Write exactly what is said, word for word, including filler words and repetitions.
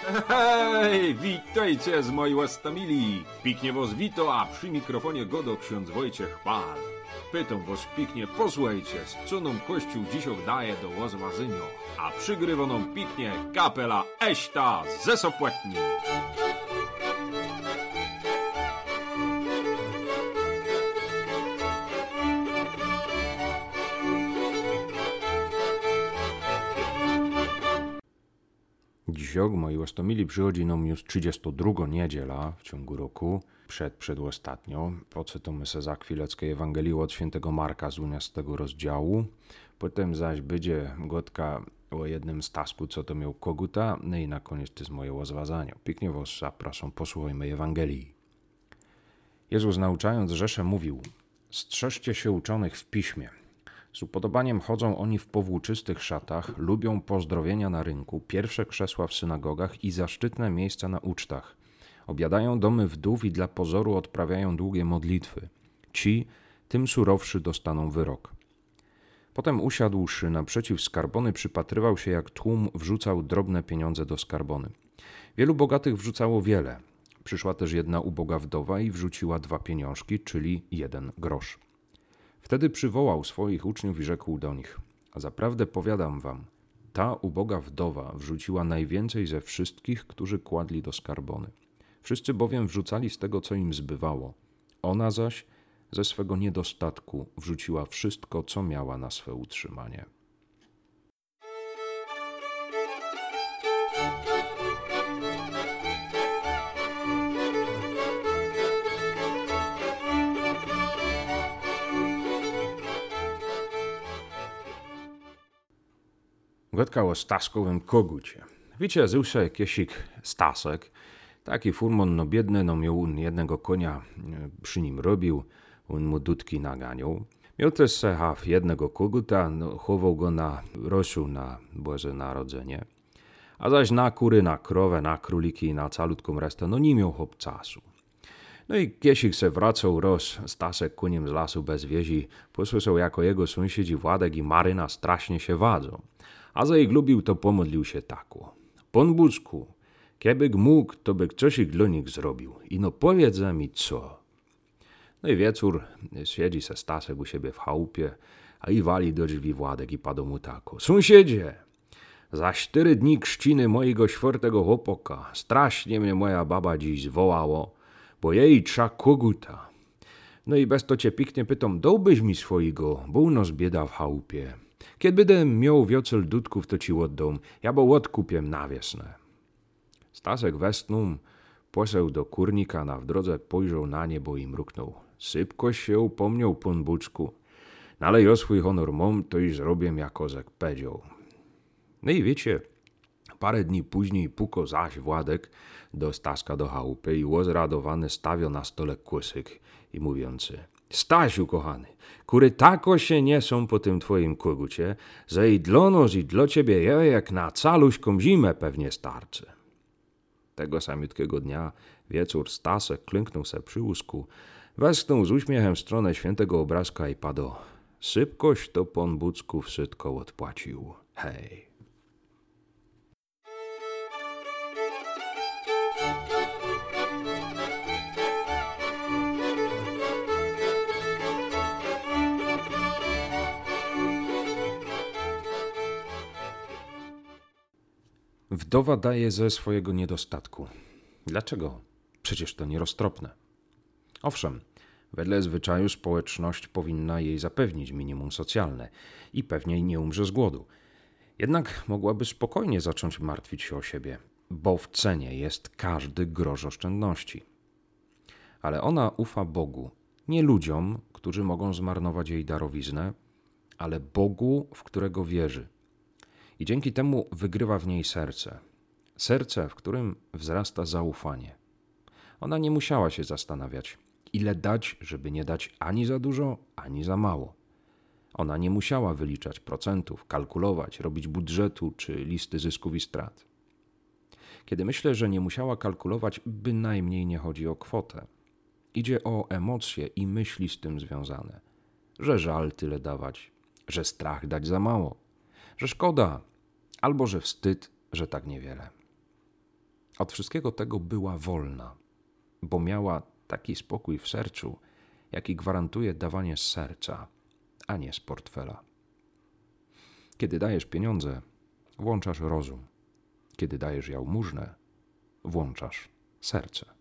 Hej, witajcie z mojej łastamili. Piknie was wito, a przy mikrofonie godo ksiądz Wojciech Pal. Pytam was piknie, posłuchajcie, z co nam Kościół dzisiaj daje do łazwazynio, a przygrywa nam piknie kapela Eśta ze Sopłetni. Dzisiaj, moi łastomili, przychodzi nam już trzydziesta druga niedziela w ciągu roku, przed przedostatnią. Poczytamy se za chwileczkę Ewangelię od świętego Marka z dwunastego rozdziału. Potem zaś będzie gotka o jednym stasku, co to miał koguta. No i na koniec to jest moje łazwazanie. Pięknie was zapraszam, posłuchajmy Ewangelii. Jezus nauczając Rzeszę mówił: strzeżcie się uczonych w piśmie. Z upodobaniem chodzą oni w powłóczystych szatach, lubią pozdrowienia na rynku, pierwsze krzesła w synagogach i zaszczytne miejsca na ucztach. Obiadają domy wdów i dla pozoru odprawiają długie modlitwy. Ci, tym surowszy, dostaną wyrok. Potem usiadłszy naprzeciw skarbony, przypatrywał się, jak tłum wrzucał drobne pieniądze do skarbony. Wielu bogatych wrzucało wiele. Przyszła też jedna uboga wdowa i wrzuciła dwa pieniążki, czyli jeden grosz. Wtedy przywołał swoich uczniów i rzekł do nich: a zaprawdę powiadam wam, ta uboga wdowa wrzuciła najwięcej ze wszystkich, którzy kładli do skarbony. Wszyscy bowiem wrzucali z tego, co im zbywało. Ona zaś ze swego niedostatku wrzuciła wszystko, co miała na swe utrzymanie. Gotka o staskowym kogucie. Wiecie, zewsze jakiś stasek, taki furman no biedny, no miał jednego konia, przy nim robił, on mu dudki naganiał. Miał też sehaf jednego koguta, no, chował go na rosół na Boże Narodzenie. A zaś na kury, na krowę, na króliki i na calutką resztę, no nie miał hopcasu. No i kiesik se wracał roz, stasek koniem z lasu bez wiezi, posłyszał, jako jego sąsiedzi Władek i Maryna strasznie się wadzą. A za ich lubił, to pomodlił się tako: Pan Bóżku, kiebyk mógł, to by coś ich dla nich zrobił. I no powiedz mi co. No i wieczór siedzi se Stasek u siebie w chałupie, a i wali do drzwi Władek i padł mu tako: sąsiedzie, za cztery dni krzciny mojego czwartego chłopoka strasznie mnie moja baba dziś zwołało, bo jej trza koguta. No i bez to cię piknie pytam, dałbyś mi swojego, bo u nas bieda w chałupie. Kiedy będę miał wiocel dudków, to ci oddam, ja bo odkupiem na wiosnę. Stasek westnął, poseł do kurnika, na w drodze pojrzał na niebo i mruknął: szybko się upomniał, pan Buczku, no ale ja swój honor mam, to i zrobię, jak kozek powiedział. No i wiecie, parę dni później puko zaś Władek do Staska do chałupy i łozradowany stawio na stole kłysyk i mówiący: Stasiu kochany, kury tako się nie są po tym twoim kogucie, że i dla nos i dla ciebie je jak na caluśką zimę pewnie starczy. Tego samiutkiego dnia wieczór Stasek klęknął se przy łóżku, westchnął z uśmiechem w stronę świętego obrazka i padł: szybkość to pan Bucku wszystko odpłacił. Hej. Wdowa daje ze swojego niedostatku. Dlaczego? Przecież to nieroztropne. Owszem, wedle zwyczaju społeczność powinna jej zapewnić minimum socjalne i pewnie nie umrze z głodu. Jednak mogłaby spokojnie zacząć martwić się o siebie, bo w cenie jest każdy grosz oszczędności. Ale ona ufa Bogu, nie ludziom, którzy mogą zmarnować jej darowiznę, ale Bogu, w którego wierzy. I dzięki temu wygrywa w niej serce. Serce, w którym wzrasta zaufanie. Ona nie musiała się zastanawiać, ile dać, żeby nie dać ani za dużo, ani za mało. Ona nie musiała wyliczać procentów, kalkulować, robić budżetu czy listy zysków i strat. Kiedy myślę, że nie musiała kalkulować, bynajmniej nie chodzi o kwotę. Idzie o emocje i myśli z tym związane. Że żal tyle dawać, że strach dać za mało, że szkoda, albo że wstyd, że tak niewiele. Od wszystkiego tego była wolna, bo miała taki spokój w sercu, jaki gwarantuje dawanie z serca, a nie z portfela. Kiedy dajesz pieniądze, włączasz rozum. Kiedy dajesz jałmużnę, włączasz serce.